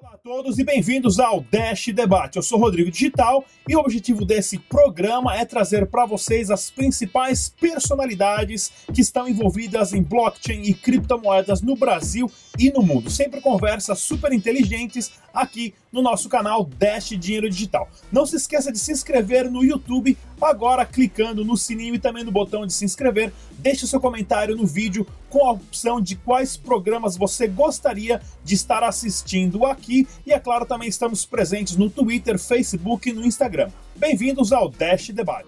Olá a todos e bem-vindos ao Dash Debate. Eu sou Rodrigo Digital e o objetivo desse programa é trazer para vocês as principais personalidades que estão envolvidas em blockchain e criptomoedas no Brasil e no mundo. Sempre conversas super inteligentes aqui no nosso canal Dash Dinheiro Digital. Não se esqueça de se inscrever no YouTube agora clicando no sininho e também no botão de se inscrever. Deixe o seu comentário no vídeo com a opção de quais programas você gostaria de estar assistindo aqui. E é claro, também estamos presentes no Twitter, Facebook e no Instagram. Bem-vindos ao Dash Debate.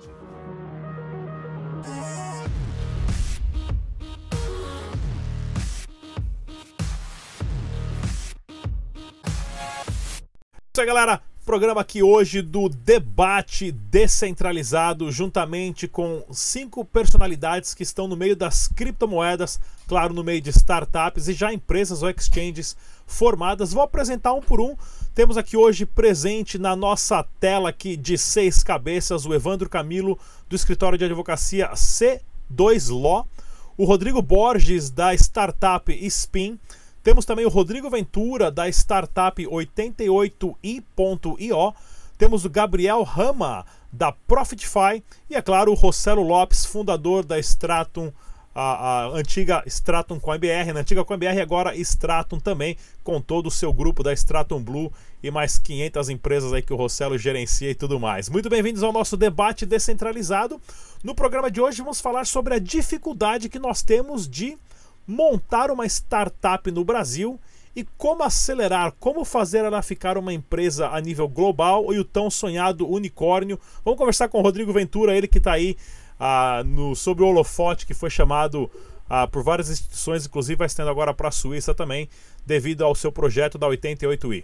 Isso aí, galera. Programa aqui hoje do Debate Descentralizado, juntamente com 5 personalidades que estão no meio das criptomoedas, claro, no meio de startups e já empresas ou exchanges formadas. Vou apresentar um por um. Temos aqui hoje presente na nossa tela aqui de 6 cabeças o Evandro Camilo, do escritório de advocacia C2 Law, o Rodrigo Borges, da startup Spin. Temos também o Rodrigo Ventura, da startup 88i.io. Temos o Gabriel Rama, da Profitify. E, é claro, o Rossello Lopes, fundador da Stratum, a antiga Stratum CoinBR. Na antiga CoinBR, agora Stratum também, com todo o seu grupo da Stratum Blue e mais 500 empresas aí que o Rossello gerencia e tudo mais. Muito bem-vindos ao nosso debate descentralizado. No programa de hoje vamos falar sobre a dificuldade que nós temos de montar uma startup no Brasil e como acelerar, como fazer ela ficar uma empresa a nível global e o tão sonhado unicórnio. Vamos conversar com o Rodrigo Ventura, ele que está aí sobre o holofote, que foi chamado por várias instituições, inclusive vai estendo agora para a Suíça também, devido ao seu projeto da 88i.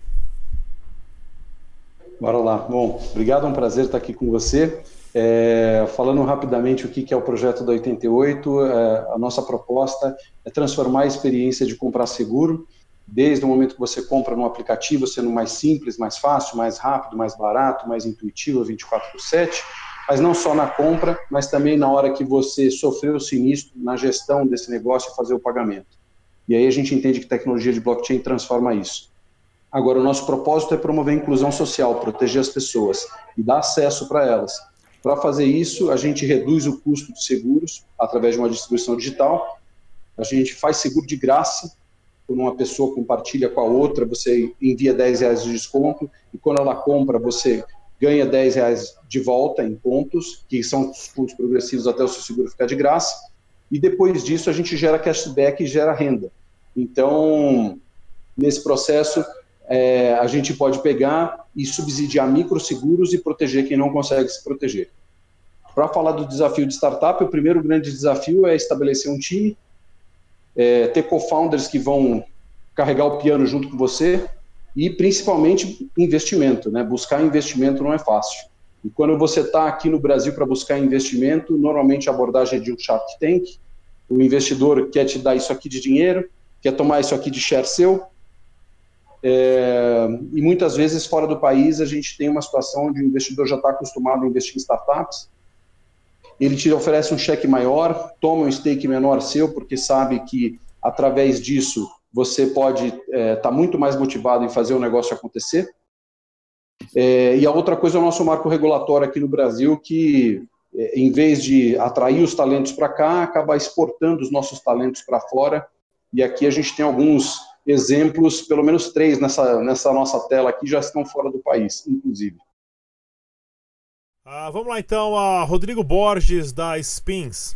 Bora lá. Bom, obrigado, é um prazer estar aqui com você. Falando rapidamente o que é o projeto da 88, a nossa proposta é transformar a experiência de comprar seguro, desde o momento que você compra no aplicativo, sendo mais simples, mais fácil, mais rápido, mais barato, mais intuitivo, 24/7, mas não só na compra, mas também na hora que você sofreu o sinistro, na gestão desse negócio e fazer o pagamento. E aí a gente entende que tecnologia de blockchain transforma isso. Agora, o nosso propósito é promover a inclusão social, proteger as pessoas e dar acesso para elas. Para fazer isso, a gente reduz o custo de seguros através de uma distribuição digital. A gente faz seguro de graça. Quando uma pessoa compartilha com a outra, você envia R$10 de desconto e quando ela compra, você ganha R$10 de volta em pontos, que são os pontos progressivos até o seu seguro ficar de graça. E depois disso, a gente gera cashback e gera renda. Então, nesse processo, a gente pode pegar e subsidiar microseguros e proteger quem não consegue se proteger. Para falar do desafio de startup, o primeiro grande desafio é estabelecer um time, ter co-founders que vão carregar o piano junto com você e, principalmente, investimento, né? Buscar investimento não é fácil. E quando você está aqui no Brasil para buscar investimento, normalmente a abordagem é de um Shark Tank, o investidor quer te dar isso aqui de dinheiro, quer tomar isso aqui de share seu, e muitas vezes fora do país a gente tem uma situação onde o investidor já está acostumado a investir em startups, ele te oferece um cheque maior, toma um stake menor seu, porque sabe que através disso você pode estar muito mais motivado em fazer o negócio acontecer. E a outra coisa é o nosso marco regulatório aqui no Brasil, que em vez de atrair os talentos para cá, acaba exportando os nossos talentos para fora, e aqui a gente tem alguns exemplos, pelo menos 3 nessa nossa tela aqui já estão fora do país, inclusive. Vamos lá então, Rodrigo Borges, da Spins.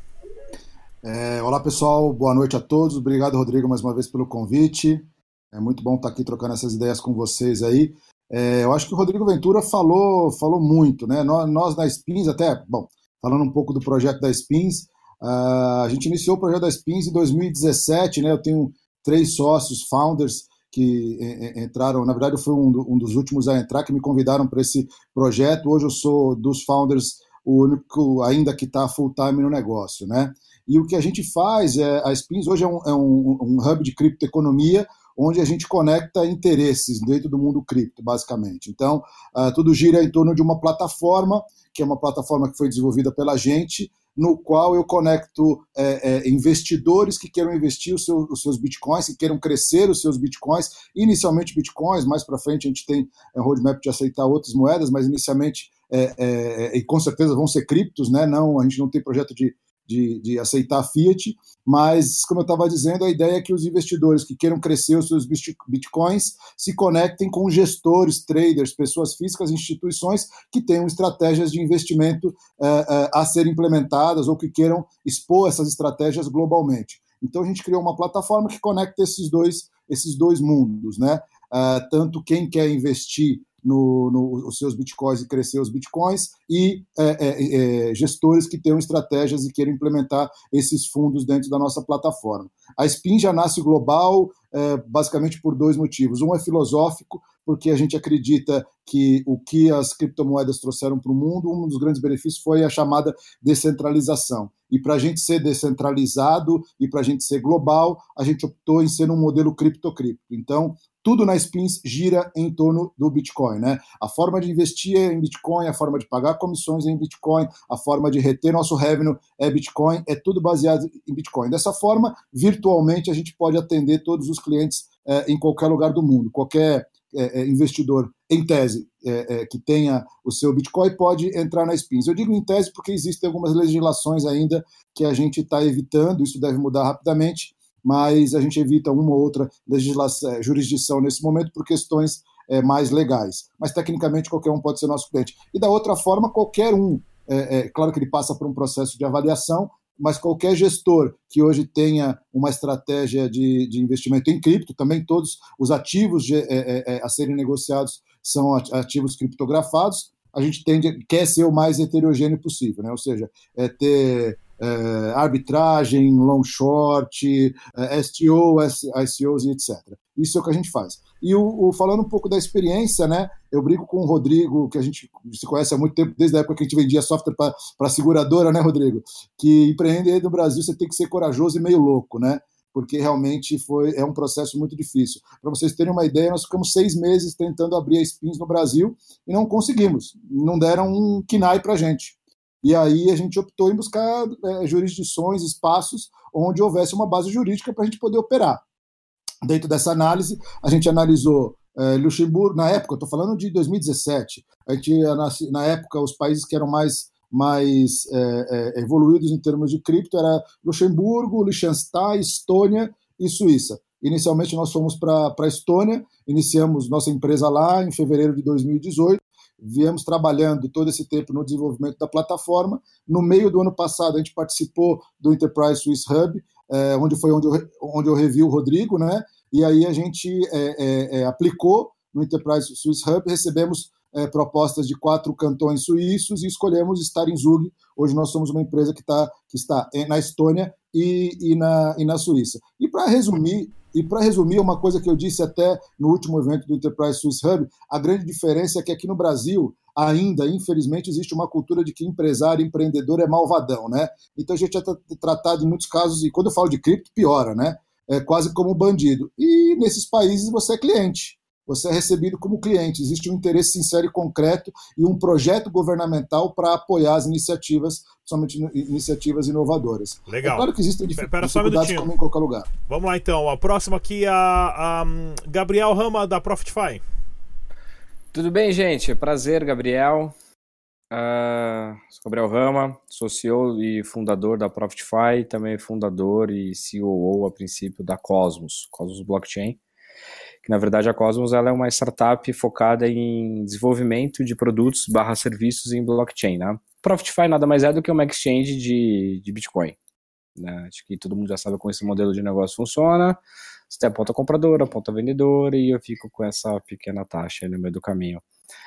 Olá pessoal, boa noite a todos, obrigado Rodrigo mais uma vez pelo convite, é muito bom estar aqui trocando essas ideias com vocês aí. Eu acho que o Rodrigo Ventura falou muito, né? Nós da Spins, falando um pouco do projeto da Spins, a gente iniciou o projeto da Spins em 2017, né? Eu tenho 3 sócios, founders, que entraram, na verdade eu fui um dos últimos a entrar, que me convidaram para esse projeto. Hoje eu sou dos founders o único ainda que está full time no negócio, né? E o que a gente faz, a Spins hoje é um hub de criptoeconomia, onde a gente conecta interesses dentro do mundo cripto, basicamente. Então, tudo gira em torno de uma plataforma, que é uma plataforma que foi desenvolvida pela gente, no qual eu conecto investidores que queiram investir os seus bitcoins, que queiram crescer os seus bitcoins, inicialmente bitcoins, mais para frente a gente tem roadmap de aceitar outras moedas, mas inicialmente, e com certeza vão ser criptos, né? Não, a gente não tem projeto de aceitar fiat, mas, como eu estava dizendo, a ideia é que os investidores que queiram crescer os seus bitcoins se conectem com gestores, traders, pessoas físicas, instituições que tenham estratégias de investimento a serem implementadas ou que queiram expor essas estratégias globalmente. Então, a gente criou uma plataforma que conecta esses dois mundos, né? Tanto quem quer investir nos seus bitcoins e crescer os bitcoins e gestores que tenham estratégias e queiram implementar esses fundos dentro da nossa plataforma. A Spin já nasce global basicamente por dois motivos. Um é filosófico, porque a gente acredita que o que as criptomoedas trouxeram para o mundo, um dos grandes benefícios foi a chamada descentralização. E para a gente ser descentralizado e para a gente ser global, a gente optou em ser um modelo cripto-cripto. Então, tudo na Spins gira em torno do Bitcoin, né? A forma de investir é em Bitcoin, a forma de pagar comissões é em Bitcoin, a forma de reter nosso revenue é Bitcoin, é tudo baseado em Bitcoin. Dessa forma, virtualmente, a gente pode atender todos os clientes em qualquer lugar do mundo. Qualquer investidor, em tese, que tenha o seu Bitcoin pode entrar na Spins. Eu digo em tese porque existem algumas legislações ainda que a gente está evitando, isso deve mudar rapidamente, mas a gente evita uma ou outra jurisdição nesse momento por questões mais legais. Mas, tecnicamente, qualquer um pode ser nosso cliente. E, da outra forma, qualquer um, claro que ele passa por um processo de avaliação, mas qualquer gestor que hoje tenha uma estratégia de investimento em cripto, também todos os ativos a serem negociados são ativos criptografados, a gente quer ser o mais heterogêneo possível, né? Ou seja, ter arbitragem, long short, STO, ICOs e etc. Isso é o que a gente faz. E falando um pouco da experiência, né? Eu brinco com o Rodrigo, que a gente se conhece há muito tempo, desde a época que a gente vendia software para a seguradora, né, Rodrigo? Que empreender no Brasil você tem que ser corajoso e meio louco, né? Porque realmente é um processo muito difícil. Para vocês terem uma ideia, nós ficamos 6 meses tentando abrir a Spins no Brasil e não conseguimos. Não deram um KNAI para a gente. E aí a gente optou em buscar jurisdições, espaços onde houvesse uma base jurídica para a gente poder operar. Dentro dessa análise, a gente analisou Luxemburgo, na época, eu estou falando de 2017, a gente, na época, os países que eram mais evoluídos em termos de cripto era Luxemburgo, Liechtenstein, Estônia e Suíça. Inicialmente nós fomos para a Estônia, iniciamos nossa empresa lá em fevereiro de 2018, viemos trabalhando todo esse tempo no desenvolvimento da plataforma. No meio do ano passado, a gente participou do Enterprise Swiss Hub, onde eu revi o Rodrigo, né? E aí a gente aplicou no Enterprise Swiss Hub, recebemos propostas de 4 cantões suíços e escolhemos estar em Zug. Hoje nós somos uma empresa que está na Estônia e na Suíça. E para resumir, uma coisa que eu disse até no último evento do Enterprise Swiss Hub, a grande diferença é que aqui no Brasil, ainda, infelizmente, existe uma cultura de que empresário, empreendedor é malvadão, né? Então a gente é tratado em muitos casos, e quando eu falo de cripto, piora, né? Quase como bandido. E nesses países você é cliente. Você é recebido como cliente. Existe um interesse sincero e concreto e um projeto governamental para apoiar as iniciativas, principalmente iniciativas inovadoras. Legal. É claro que existem dificuldades como em qualquer lugar. Vamos lá, então. A próxima aqui é a Gabriel Rama, da ProfitFi. Tudo bem, gente? Prazer, Gabriel. Sou Gabriel Rama, sou CEO e fundador da ProfitFi, também fundador e COO, a princípio, da Cosmos Blockchain. Que, na verdade, a Cosmos ela é uma startup focada em desenvolvimento de produtos / serviços em blockchain, né? ProfitFi nada mais é do que uma exchange de Bitcoin, né? Acho que todo mundo já sabe como esse modelo de negócio funciona. Você tem a ponta compradora, a ponta vendedora, e eu fico com essa pequena taxa no meio do caminho.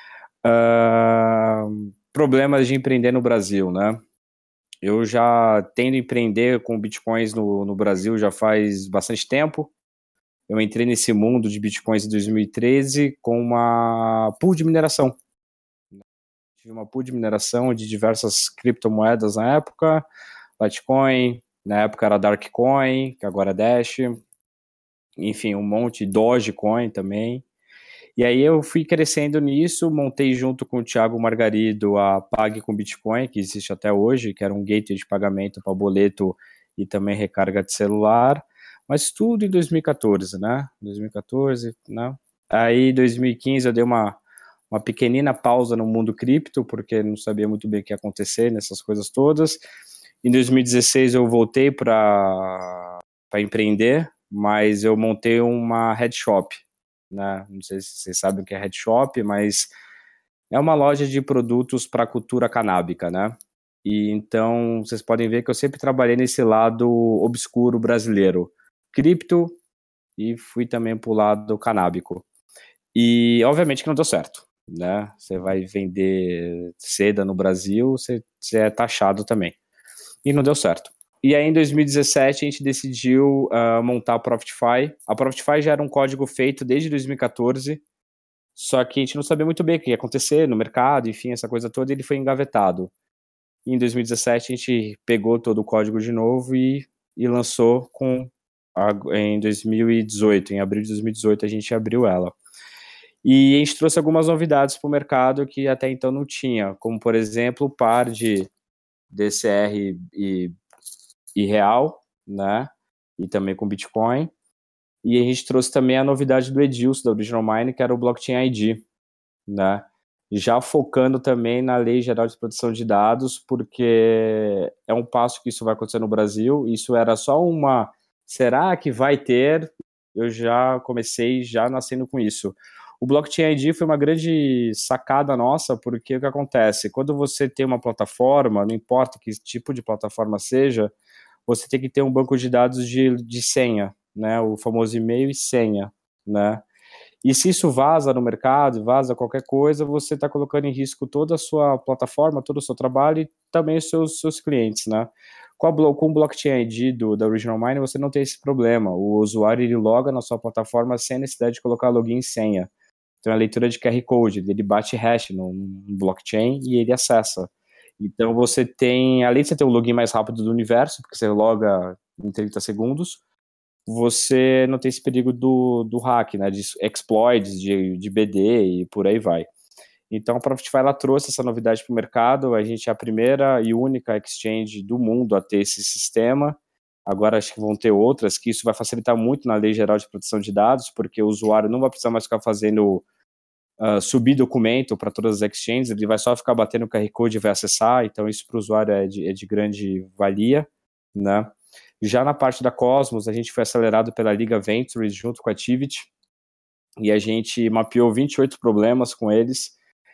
Problemas de empreender no Brasil, né? Eu já tendo empreender com Bitcoins no Brasil já faz bastante tempo. Eu entrei nesse mundo de Bitcoins em 2013 com uma pool de mineração. Tive uma pool de mineração de diversas criptomoedas na época, Litecoin, na época era Darkcoin, que agora é Dash, enfim, um monte, Dogecoin também. E aí eu fui crescendo nisso, montei junto com o Thiago Margarido a Pague com Bitcoin, que existe até hoje, que era um gateway de pagamento para boleto e também recarga de celular, mas tudo em 2014, né? 2014, né? Aí em 2015 eu dei uma pequenina pausa no mundo cripto, porque não sabia muito bem o que ia acontecer nessas coisas todas. Em 2016 eu voltei para empreender, mas eu montei uma head shop, né? Não sei se vocês sabem o que é head shop, mas é uma loja de produtos para a cultura canábica, né? E então vocês podem ver que eu sempre trabalhei nesse lado obscuro brasileiro, cripto, e fui também para o lado canábico. E obviamente que não deu certo, né? Você vai vender seda no Brasil, você é taxado também. E não deu certo. E aí, em 2017, a gente decidiu montar a Profitify. A Profitify já era um código feito desde 2014, só que a gente não sabia muito bem o que ia acontecer no mercado, enfim, essa coisa toda, e ele foi engavetado. E em 2017, a gente pegou todo o código de novo e lançou em 2018. Em abril de 2018, a gente abriu ela. E a gente trouxe algumas novidades para o mercado que até então não tinha, como, por exemplo, o par de DCR e real, né? E também com Bitcoin. E a gente trouxe também a novidade do Edilson, da Original Mine, que era o Blockchain ID, né? Já focando também na Lei Geral de Proteção de Dados, porque é um passo que isso vai acontecer no Brasil. Isso era só uma... Será que vai ter? Eu já comecei já nascendo com isso. O Blockchain ID foi uma grande sacada nossa, porque o que acontece? Quando você tem uma plataforma, não importa que tipo de plataforma seja, você tem que ter um banco de dados de senha, né? O famoso e-mail e senha, né? E se isso vaza no mercado, vaza qualquer coisa, você está colocando em risco toda a sua plataforma, todo o seu trabalho e também os seus clientes, né? Com o Blockchain ID da Original Mine, você não tem esse problema. O usuário, ele loga na sua plataforma sem necessidade de colocar login e senha. Então, é a leitura de QR Code, ele bate hash no blockchain e ele acessa. Então, você tem, além de você ter o login mais rápido do universo, porque você loga em 30 segundos, você não tem esse perigo do hack, né, de exploits, de BD e por aí vai. Então, a Profitify, ela trouxe essa novidade para o mercado. A gente é a primeira e única exchange do mundo a ter esse sistema. Agora acho que vão ter outras, que isso vai facilitar muito na Lei Geral de Proteção de Dados, porque o usuário não vai precisar mais ficar fazendo subir documento para todas as exchanges, ele vai só ficar batendo o QR Code e vai acessar, então isso para o usuário é de grande valia, né? Já na parte da Cosmos, a gente foi acelerado pela Liga Ventures junto com a Activity, e a gente mapeou 28 problemas com eles,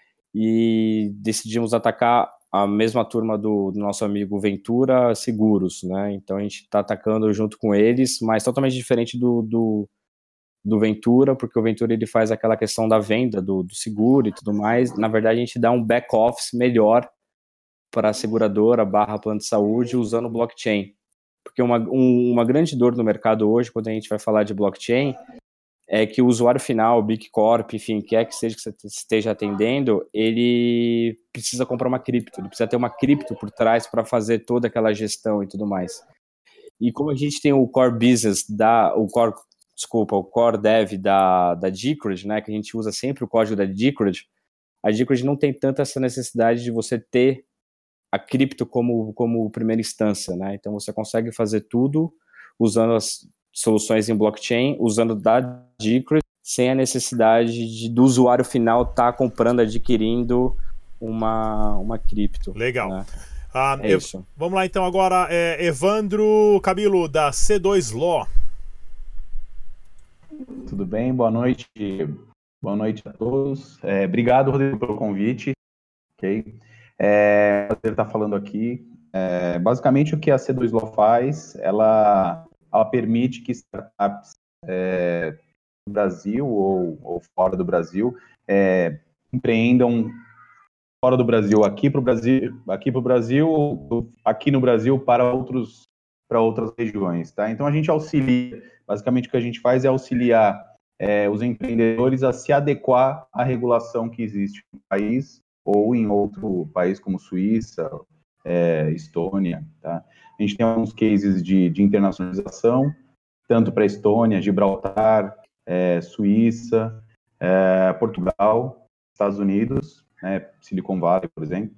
e decidimos atacar a mesma turma do nosso amigo Ventura Seguros, né? Então a gente está atacando junto com eles, mas totalmente diferente do Ventura, porque o Ventura ele faz aquela questão da venda do seguro e tudo mais. Na verdade, a gente dá um back-office melhor para a seguradora / plano de saúde usando o blockchain. Porque uma grande dor no mercado hoje, quando a gente vai falar de blockchain, é que o usuário final, o Big Corp, enfim, quer que seja que você esteja atendendo, ele precisa comprar uma cripto, ele precisa ter uma cripto por trás para fazer toda aquela gestão e tudo mais. E como a gente tem o core business, o core dev da Decred, né, que a gente usa sempre o código da Decred, a Decred não tem tanta essa necessidade de você ter a cripto como primeira instância, né? Então você consegue fazer tudo usando as soluções em blockchain, usando da Decred, sem a necessidade do usuário final estar comprando, adquirindo uma cripto. Legal. Né? Isso. Vamos lá então agora, Evandro Cabilo, da C2 Law. Tudo bem? Boa noite. Boa noite a todos. Obrigado, Rodrigo, pelo convite. Ok? Prazer estar falando aqui. Basicamente, o que a C2 Law faz, ela permite que startups no Brasil ou fora do Brasil empreendam fora do Brasil, aqui no Brasil para outras regiões, tá? Então a gente auxilia, basicamente o que a gente faz é auxiliar os empreendedores a se adequar à regulação que existe no país ou em outro país como Suíça, Estônia, tá? A gente tem alguns cases de internacionalização tanto para Estônia, Gibraltar, Suíça, Portugal, Estados Unidos, né, Silicon Valley, por exemplo.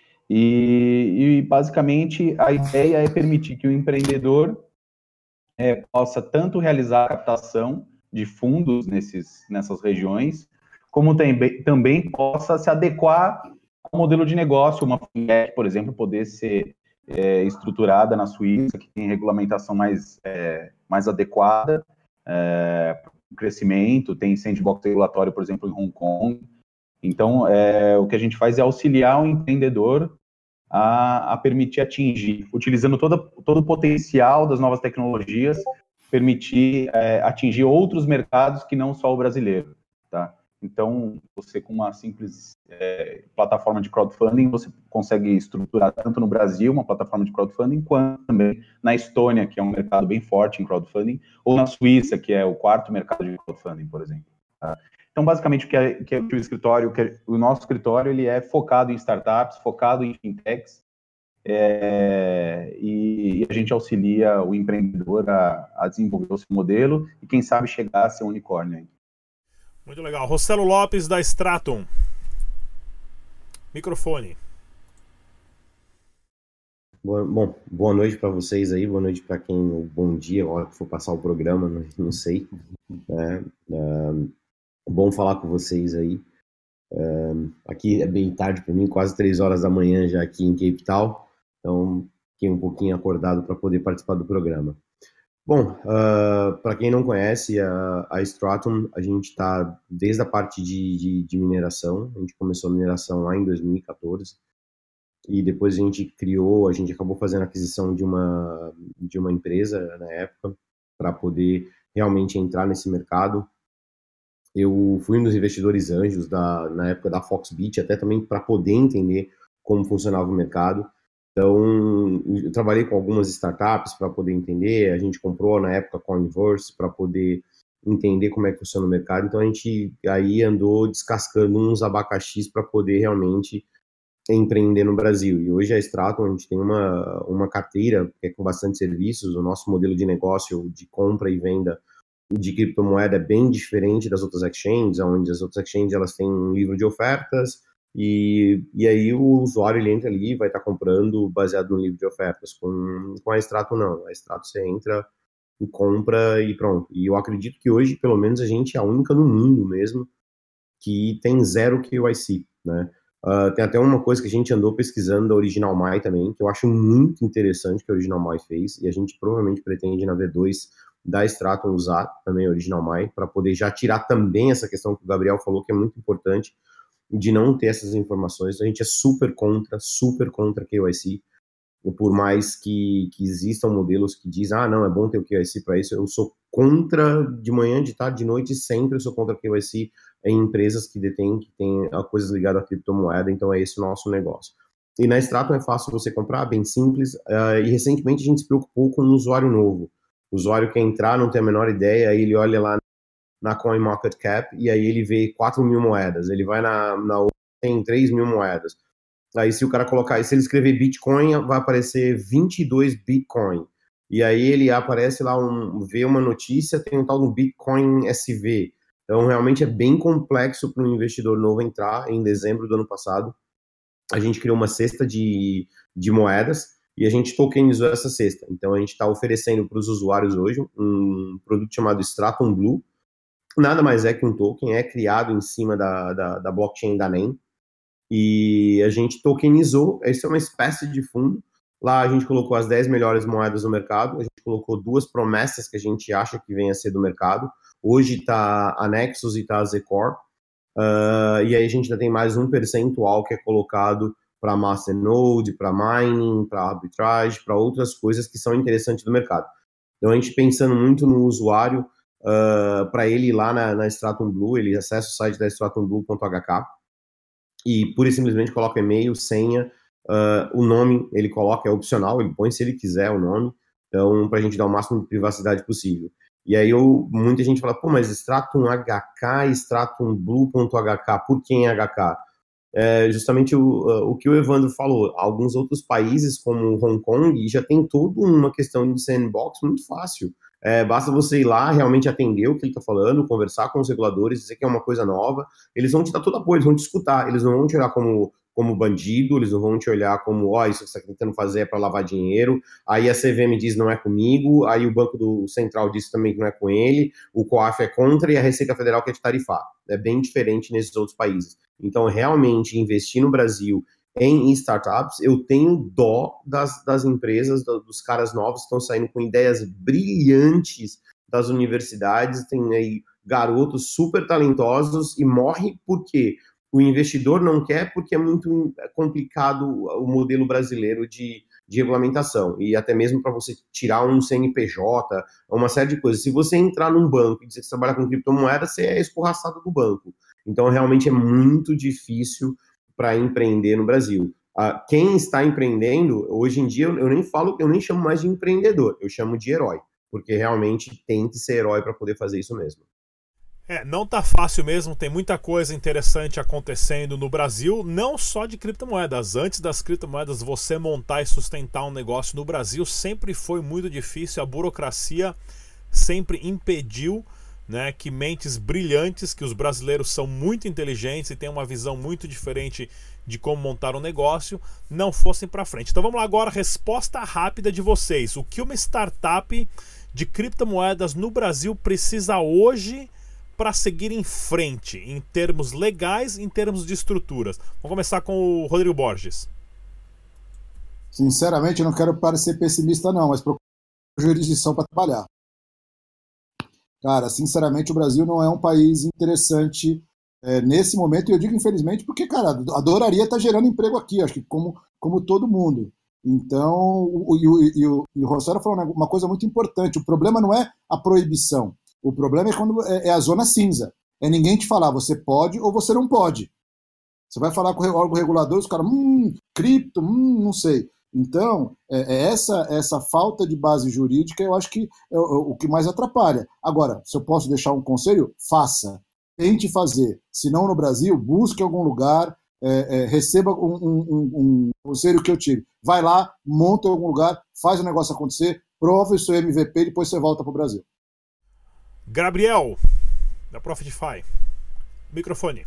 E basicamente a ideia é permitir que o empreendedor possa tanto realizar a captação de fundos nessas regiões, como também possa se adequar ao modelo de negócio, uma fintech, por exemplo, poder ser estruturada na Suíça, que tem regulamentação mais adequada para o crescimento, tem sandbox regulatório, por exemplo, em Hong Kong. Então, o que a gente faz é auxiliar o empreendedor a permitir atingir, utilizando todo o potencial das novas tecnologias, permitir atingir outros mercados que não só o brasileiro, tá? Então, você com uma simples plataforma de crowdfunding, você consegue estruturar tanto no Brasil uma plataforma de crowdfunding, quanto também na Estônia, que é um mercado bem forte em crowdfunding, ou na Suíça, que é o quarto mercado de crowdfunding, por exemplo. Tá? Então, basicamente, o nosso escritório, ele é focado em startups, focado em fintechs, e a gente auxilia o empreendedor a desenvolver o seu modelo e, quem sabe, chegar a ser um unicórnio. Hein? Muito legal. Rossello Lopes, da Stratum. Microfone. Bom, boa noite para vocês aí, boa noite para quem, bom dia, a hora que for passar o programa, não sei. Bom falar com vocês aí. Aqui é bem tarde para mim, quase 3 horas da manhã já aqui em Cape Town, então fiquei um pouquinho acordado para poder participar do programa. Bom, para quem não conhece a Stratum, a gente está desde a parte de mineração. A gente começou a mineração lá em 2014 e depois a gente acabou fazendo a aquisição de uma empresa na época para poder realmente entrar nesse mercado. Eu fui um dos investidores anjos na época da Foxbit, até também para poder entender como funcionava o mercado. Então, eu trabalhei com algumas startups para poder entender, a gente comprou na época Coinverse para poder entender como é que funciona o mercado, então a gente aí andou descascando uns abacaxis para poder realmente empreender no Brasil. E hoje a Stratum, a gente tem uma carteira que é com bastante serviços, o nosso modelo de negócio de compra e venda de criptomoeda é bem diferente das outras exchanges, onde as outras exchanges elas têm um livro de ofertas, e aí o usuário ele entra ali e vai estar comprando baseado no livro de ofertas. Com a Stratum não, a Stratum você entra e compra e pronto. E eu acredito que hoje, pelo menos, a gente é a única no mundo mesmo que tem 0 KYC, né? Tem até uma coisa que a gente andou pesquisando da Original My também, que eu acho muito interessante que a Original My fez, e a gente provavelmente pretende na V2 da Stratum usar também a Original My, para poder já tirar também essa questão que o Gabriel falou, que é muito importante, de não ter essas informações. A gente é super contra KYC, por mais que existam modelos que dizem, não, é bom ter o KYC para isso, eu sou contra de manhã, de tarde, de noite, sempre eu sou contra KYC em empresas que têm coisas ligadas à criptomoeda, então é esse o nosso negócio. E na Stratum é fácil você comprar, bem simples, e recentemente a gente se preocupou com um usuário novo. O usuário quer entrar, não tem a menor ideia, aí ele olha lá na CoinMarketCap, e aí ele vê 4.000 moedas, ele vai na outra, tem 3.000 moedas. Aí se o cara colocar, se ele escrever Bitcoin, vai aparecer 22 Bitcoin. E aí ele aparece lá, vê uma notícia, tem um tal de Bitcoin SV. Então realmente é bem complexo para um investidor novo entrar. Em dezembro do ano passado, a gente criou uma cesta de moedas, e a gente tokenizou essa cesta. Então a gente está oferecendo para os usuários hoje um produto chamado Stratum Blue. Nada mais é que um token, é criado em cima da blockchain da NEM, e a gente tokenizou. Isso é uma espécie de fundo. Lá a gente colocou as 10 melhores moedas do mercado, a gente colocou 2 promessas que a gente acha que vem a ser do mercado. Hoje está a Nexus e está a Zcore, e aí a gente ainda tem mais um percentual que é colocado para Masternode, para mining, para arbitrage, para outras coisas que são interessantes do mercado. Então a gente pensando muito no usuário, para ele ir lá na Stratum Blue, ele acessa o site da stratumblue.hk e pura e simplesmente coloca e-mail, senha, o nome ele coloca, é opcional, ele põe se ele quiser o nome, então para a gente dar o máximo de privacidade possível. E aí muita gente fala, mas Stratum HK, stratumblue.hk, por que em HK? Justamente o que o Evandro falou, alguns outros países como Hong Kong já tem toda uma questão de sandbox muito fácil. Basta você ir lá, realmente atender o que ele está falando, conversar com os reguladores, dizer que é uma coisa nova. Eles vão te dar todo apoio, eles vão te escutar, eles não vão te olhar como bandido, eles não vão te olhar como, isso que você está tentando fazer é para lavar dinheiro. Aí a CVM diz não é comigo, aí o Banco Central diz também que não é com ele, o COAF é contra e a Receita Federal quer te tarifar. É bem diferente nesses outros países. Então, realmente, investir no Brasil em startups, eu tenho dó das empresas, dos caras novos que estão saindo com ideias brilhantes das universidades, tem aí garotos super talentosos e morre porque o investidor não quer, porque é muito complicado o modelo brasileiro de regulamentação, e até mesmo para você tirar um CNPJ, uma série de coisas. Se você entrar num banco e dizer que você trabalha com criptomoeda, você é escorraçado do banco. Então, realmente é muito difícil para empreender no Brasil. Quem está empreendendo, hoje em dia, eu nem chamo mais de empreendedor, eu chamo de herói, porque realmente tem que ser herói para poder fazer isso mesmo. Não tá fácil mesmo, tem muita coisa interessante acontecendo no Brasil, não só de criptomoedas. Antes das criptomoedas, você montar e sustentar um negócio no Brasil sempre foi muito difícil, a burocracia sempre impediu, né, que mentes brilhantes, que os brasileiros são muito inteligentes e têm uma visão muito diferente de como montar um negócio, não fossem para frente. Então vamos lá agora, resposta rápida de vocês. O que uma startup de criptomoedas no Brasil precisa hoje para seguir em frente, em termos legais, em termos de estruturas? Vamos começar com o Rodrigo Borges. Sinceramente, eu não quero parecer pessimista não, mas procuro jurisdição para trabalhar. Cara, sinceramente, o Brasil não é um país interessante nesse momento, e eu digo infelizmente porque, cara, adoraria estar gerando emprego aqui, acho que como todo mundo. Então, o Rossaro falou uma coisa muito importante, o problema não é a proibição, o problema é quando é a zona cinza, é ninguém te falar, você pode ou você não pode. Você vai falar com o órgão regulador, os caras, cripto, não sei. Então, essa falta de base jurídica, eu acho que é o que mais atrapalha. Agora, se eu posso deixar um conselho, faça. Tente fazer. Se não no Brasil, busque algum lugar, receba um conselho que eu tive. Vai lá, monta em algum lugar, faz o negócio acontecer, prova o seu MVP e depois você volta para o Brasil. Gabriel, da Profitify. Microfone.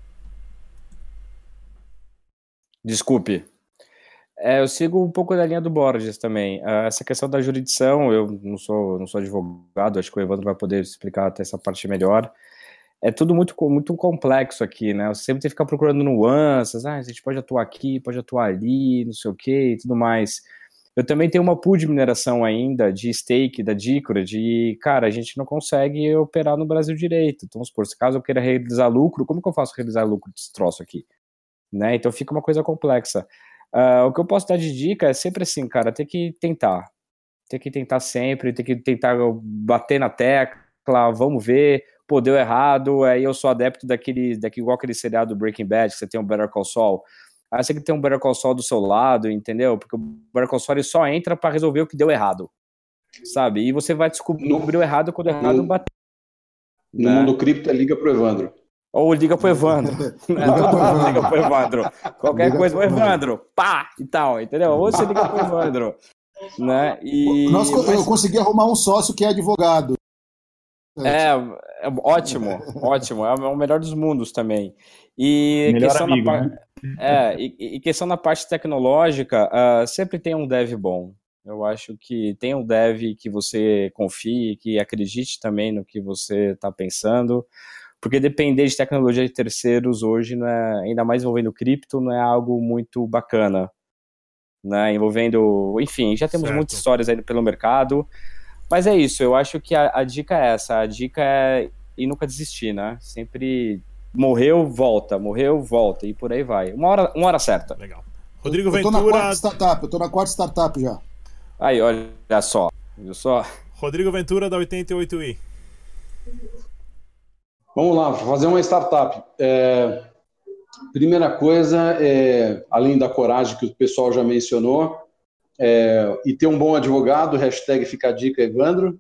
Desculpe. Eu sigo um pouco da linha do Borges também. Essa questão da jurisdição, eu não sou advogado, acho que o Evandro vai poder explicar até essa parte melhor. É tudo muito complexo aqui, né? Você sempre tem que ficar procurando nuances, a gente pode atuar aqui, pode atuar ali, não sei o quê e tudo mais. Eu também tenho uma pool de mineração ainda, de stake, da Dicora, cara, a gente não consegue operar no Brasil direito. Então, vamos supor, se caso eu queira realizar lucro, como que eu faço realizar lucro desse troço aqui? Né? Então fica uma coisa complexa. O que eu posso dar de dica é sempre assim, cara, tem que tentar sempre, tem que tentar bater na tecla, vamos ver, pô, deu errado, aí eu sou adepto igual aquele seriado do Breaking Bad, que você tem um Better Call Saul, aí você tem que ter um Better Call Saul do seu lado, entendeu? Porque o Better Call Saul ele só entra pra resolver o que deu errado, sabe? E você vai descobrir o errado quando o errado bater. No mundo cripto, liga pro Evandro. Ou liga pro Evandro. Todo mundo liga pro Evandro. Qualquer coisa, o Evandro, pá, e tal, entendeu? Ou você liga pro Evandro. Né? Eu consegui arrumar um sócio que é advogado. Ótimo. É o melhor dos mundos também. E melhor questão amigo, né? E questão na parte tecnológica, sempre tem um dev bom. Eu acho que tem um dev que você confie, que acredite também no que você está pensando. Porque depender de tecnologia de terceiros hoje, não é, ainda mais envolvendo cripto, não é algo muito bacana. Né? Envolvendo, enfim, já temos muitas histórias aí pelo mercado. Mas é isso, eu acho que a dica é essa. A dica é ir nunca desistir, né? Sempre morreu, volta, e por aí vai. Uma hora certa. Legal. Rodrigo Ventura... Eu tô na quarta startup já. Aí, olha só. Viu só? Rodrigo Ventura, da 88i. Vamos lá, fazer uma startup. Primeira coisa, além da coragem que o pessoal já mencionou, e ter um bom advogado, hashtag fica a dica, Evandro.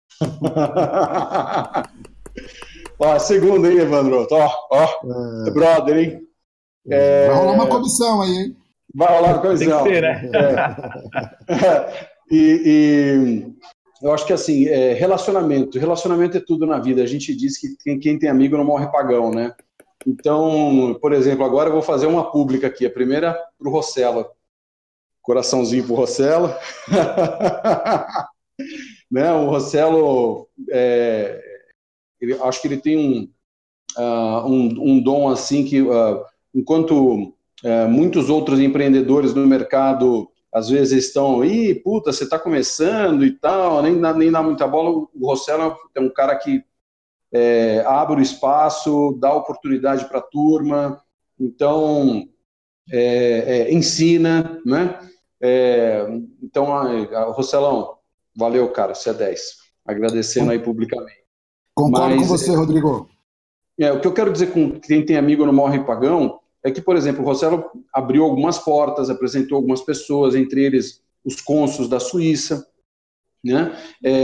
Segundo, hein, Evandro? Brother, hein? Vai rolar uma comissão aí, hein? Vai rolar uma comissão. Tem que ser, né? eu acho que assim, relacionamento é tudo na vida. A gente diz que quem tem amigo não morre pagão, né? Então, por exemplo, agora eu vou fazer uma pública aqui. A primeira para o Rossella. Coraçãozinho para o Rossella. Né? O Rossello, acho que ele tem um dom assim que, enquanto muitos outros empreendedores no mercado às vezes estão, puta, você está começando e tal, nem dá muita bola. O Rossello é um cara que abre o espaço, dá oportunidade para a turma, então ensina, né? Então, Rosselão, valeu, cara, você é 10. Agradecendo aí publicamente. Concordo com você, Rodrigo. O que eu quero dizer com quem tem amigo não morre pagão é que, por exemplo, o Rossello abriu algumas portas, apresentou algumas pessoas, entre eles os cônsuls da Suíça, né?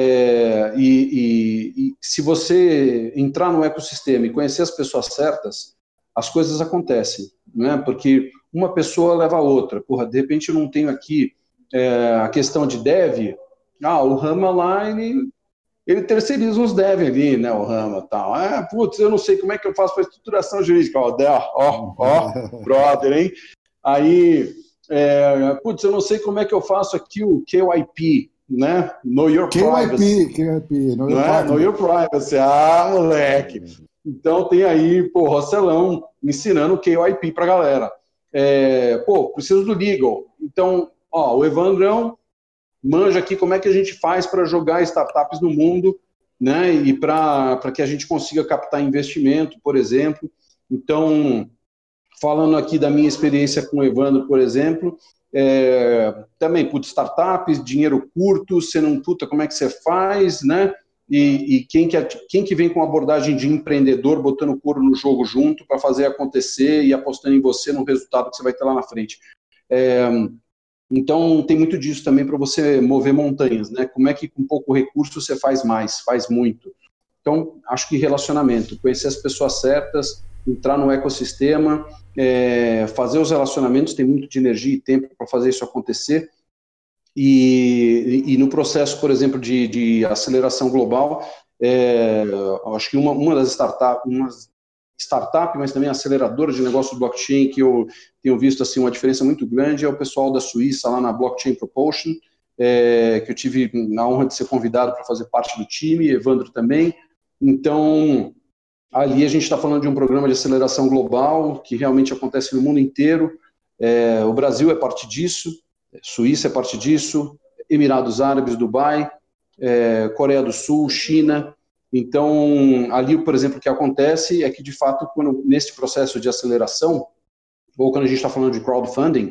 E se você entrar no ecossistema e conhecer as pessoas certas, as coisas acontecem, né? Porque uma pessoa leva a outra. Porra, de repente eu não tenho aqui a questão de dev. O Rama lá, ele terceiriza uns dev ali, né? O Rama e tal. Putz, eu não sei como é que eu faço para estruturação jurídica. Brother, hein? Aí, putz, eu não sei como é que eu faço aqui o KYP, né? Know Your Privacy. KYP, Know Your Privacy. Moleque. Então tem aí, Rosselão ensinando o KYP pra galera. Preciso do legal. Então, o Evandrão manja aqui como é que a gente faz para jogar startups no mundo, né? E para que a gente consiga captar investimento, por exemplo. Então, falando aqui da minha experiência com o Evandro, por exemplo, também, startups, dinheiro curto, você não, como é que você faz, né? E quem que vem com abordagem de empreendedor, botando o couro no jogo junto para fazer acontecer e apostando em você no resultado que você vai ter lá na frente. Então, tem muito disso também para você mover montanhas, né? Como é que com pouco recurso você faz mais, faz muito. Então, acho que relacionamento, conhecer as pessoas certas, entrar no ecossistema, fazer os relacionamentos, tem muito de energia e tempo para fazer isso acontecer. E no processo, por exemplo, de aceleração global, acho que uma das startup, mas também aceleradora de negócio de blockchain, que eu tenho visto assim, uma diferença muito grande, é o pessoal da Suíça, lá na Blockchain Propulsion, que eu tive a honra de ser convidado para fazer parte do time, Evandro também. Então, ali a gente está falando de um programa de aceleração global, que realmente acontece no mundo inteiro. O Brasil é parte disso, Suíça é parte disso, Emirados Árabes, Dubai, Coreia do Sul, China. Então, ali, por exemplo, o que acontece é que, de fato, nesse processo de aceleração, ou quando a gente está falando de crowdfunding,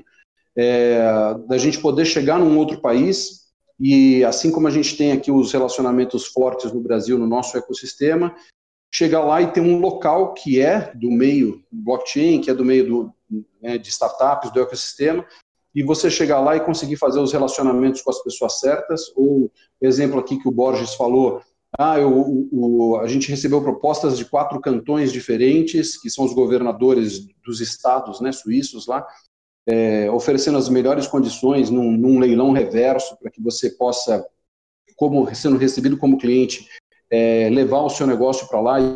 da gente poder chegar num outro país e, assim como a gente tem aqui os relacionamentos fortes no Brasil, no nosso ecossistema, chegar lá e ter um local que é do meio blockchain, que é do meio de startups, do ecossistema, e você chegar lá e conseguir fazer os relacionamentos com as pessoas certas, ou exemplo aqui que o Borges falou, a gente recebeu propostas de 4 cantões diferentes, que são os governadores dos estados, né, suíços lá, oferecendo as melhores condições num leilão reverso, para que você possa, sendo recebido como cliente, levar o seu negócio para lá.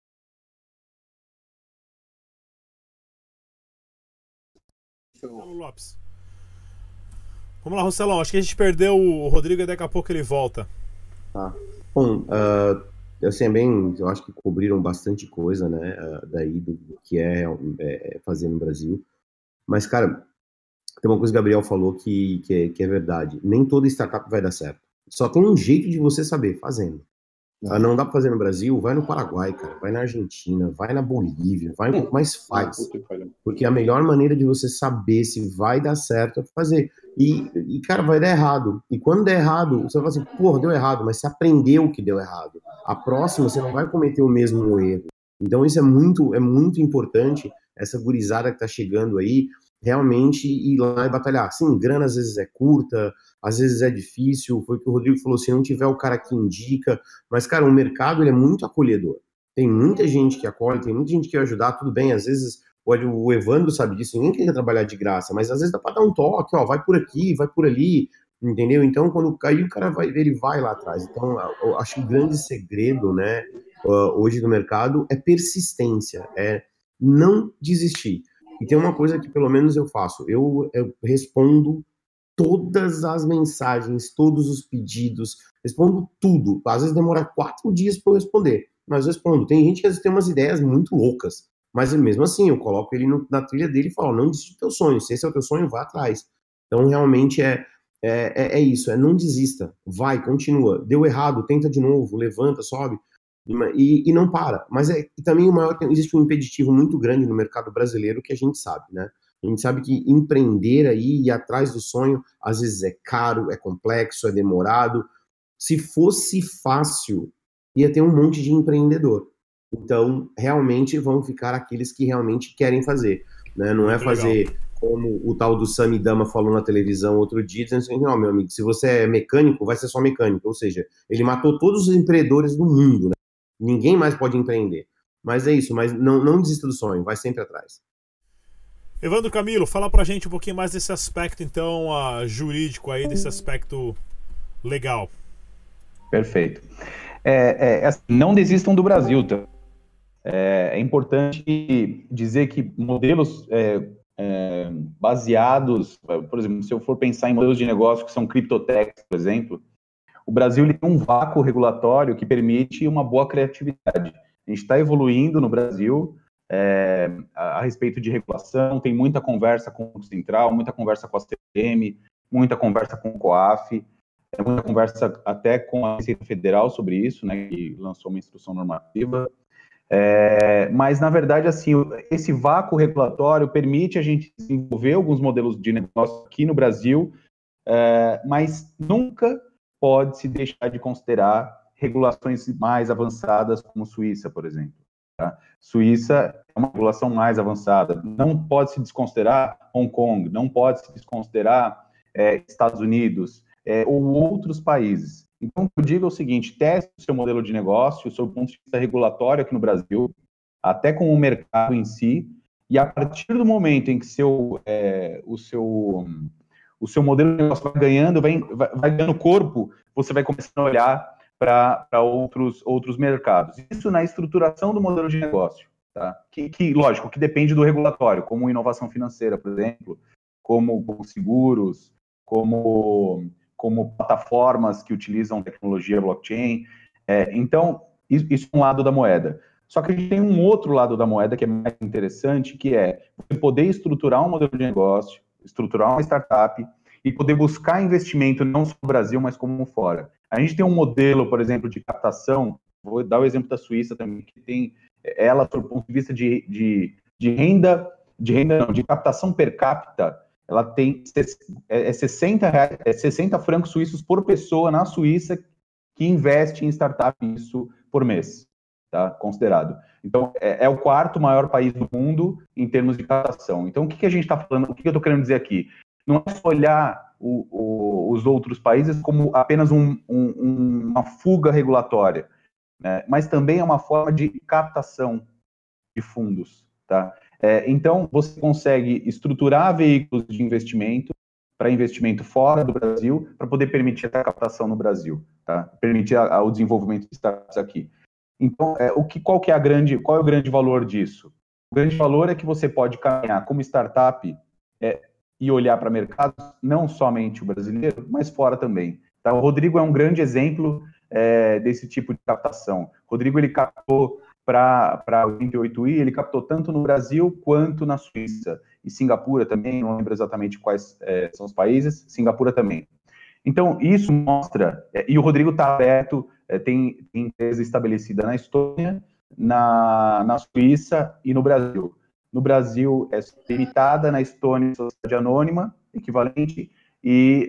Lopes. Vamos lá, Rosselão, acho que a gente perdeu o Rodrigo e daqui a pouco ele volta. Tá. Bom, assim, eu acho que cobriram bastante coisa, né, daí do que é fazer no Brasil. Mas, cara, tem uma coisa que o Gabriel falou que é verdade. Nem toda startup vai dar certo. Só tem um jeito de você saber, fazendo. Não dá pra fazer no Brasil, vai no Paraguai, cara, vai na Argentina, vai na Bolívia, mas faz. Porque a melhor maneira de você saber se vai dar certo é fazer. E cara, vai dar errado. E quando der errado, você vai falar assim, porra, deu errado, mas você aprendeu que deu errado. A próxima, você não vai cometer o mesmo erro. Então isso é muito importante, essa gurizada que tá chegando aí, realmente ir lá e batalhar. Sim, grana às vezes é curta, às vezes é difícil, foi o que o Rodrigo falou, se não tiver o cara que indica, mas, cara, o mercado ele é muito acolhedor. Tem muita gente que acolhe, tem muita gente que quer ajudar, tudo bem, às vezes o Evandro sabe disso, ninguém quer trabalhar de graça, mas às vezes dá para dar um toque, vai por aqui, vai por ali, entendeu? Então, quando cair, o cara ele vai lá atrás. Então, eu acho que o grande segredo, né, hoje no mercado é persistência, é não desistir. E tem uma coisa que pelo menos eu faço, eu respondo todas as mensagens, todos os pedidos, respondo tudo. Às vezes demora 4 dias para eu responder, mas eu respondo. Tem gente que às vezes tem umas ideias muito loucas, mas mesmo assim eu coloco ele na trilha dele e falo, não desiste do teu sonho, se esse é o teu sonho, vá atrás. Então realmente é isso, não desista, vai, continua, deu errado, tenta de novo, levanta, sobe, e não para. Mas também existe um impeditivo muito grande no mercado brasileiro que a gente sabe, né? A gente sabe que empreender aí, ir atrás do sonho, às vezes é caro, é complexo, é demorado. Se fosse fácil, ia ter um monte de empreendedor. Então, realmente vão ficar aqueles que realmente querem fazer, né? Não é fazer como o tal do Samidama falou na televisão outro dia, dizendo assim, não, meu amigo, se você é mecânico, vai ser só mecânico. Ou seja, ele matou todos os empreendedores do mundo, né? Ninguém mais pode empreender. Mas é isso, mas não desista do sonho, vai sempre atrás. Evandro Camilo, fala pra gente um pouquinho mais desse aspecto, então, jurídico aí, desse aspecto legal. Perfeito. Não desistam do Brasil. Tá? É importante dizer que modelos baseados, por exemplo, se eu for pensar em modelos de negócio que são criptotechs, por exemplo, o Brasil ele tem um vácuo regulatório que permite uma boa criatividade. A gente está evoluindo no Brasil a respeito de regulação, tem muita conversa com o Banco Central, muita conversa com a CVM, muita conversa com o COAF, muita conversa até com a Receita Federal sobre isso, né, que lançou uma instrução normativa. Mas, na verdade, assim, esse vácuo regulatório permite a gente desenvolver alguns modelos de negócio aqui no Brasil, mas nunca pode se deixar de considerar regulações mais avançadas, como Suíça, por exemplo. Tá? Suíça é uma regulação mais avançada. Não pode se desconsiderar Hong Kong, não pode se desconsiderar Estados Unidos ou outros países. Então, o que eu digo é o seguinte, teste o seu modelo de negócio, o seu ponto de vista regulatório aqui no Brasil, até com o mercado em si, e a partir do momento em que o seu modelo de negócio vai ganhando corpo, você vai começando a olhar para outros mercados. Isso na estruturação do modelo de negócio, tá? Lógico, que depende do regulatório, como inovação financeira, por exemplo, como seguros, como plataformas que utilizam tecnologia blockchain. Então, isso é um lado da moeda. Só que a gente tem um outro lado da moeda que é mais interessante, que é você poder estruturar um modelo de negócio, estruturar uma startup e poder buscar investimento não só no Brasil, mas como fora. A gente tem um modelo, por exemplo, de captação, vou dar o exemplo da Suíça também, que tem ela, do ponto de vista de captação per capita, ela tem 60 francos suíços por pessoa na Suíça que investe em startup isso por mês, tá? Considerado. Então, é o 4º maior país do mundo em termos de captação. Então, o que a gente está falando, o que eu estou querendo dizer aqui? Não é só olhar os outros países como apenas uma fuga regulatória, né? Mas também é uma forma de captação de fundos, tá? Então, você consegue estruturar veículos de investimento para investimento fora do Brasil, para poder permitir a captação no Brasil, tá? Permitir o desenvolvimento de startups aqui. Então, qual é o grande valor disso? O grande valor é que você pode caminhar como startup e olhar para mercados, não somente o brasileiro, mas fora também. Tá? O Rodrigo é um grande exemplo desse tipo de captação. O Rodrigo, ele captou para o 88i, ele captou tanto no Brasil quanto na Suíça. E Singapura também, não lembro exatamente quais são os países, Singapura também. Então, isso mostra, e o Rodrigo está aberto, tem empresa estabelecida na Estônia, na Suíça e no Brasil. No Brasil é limitada, na Estônia sociedade anônima, equivalente, e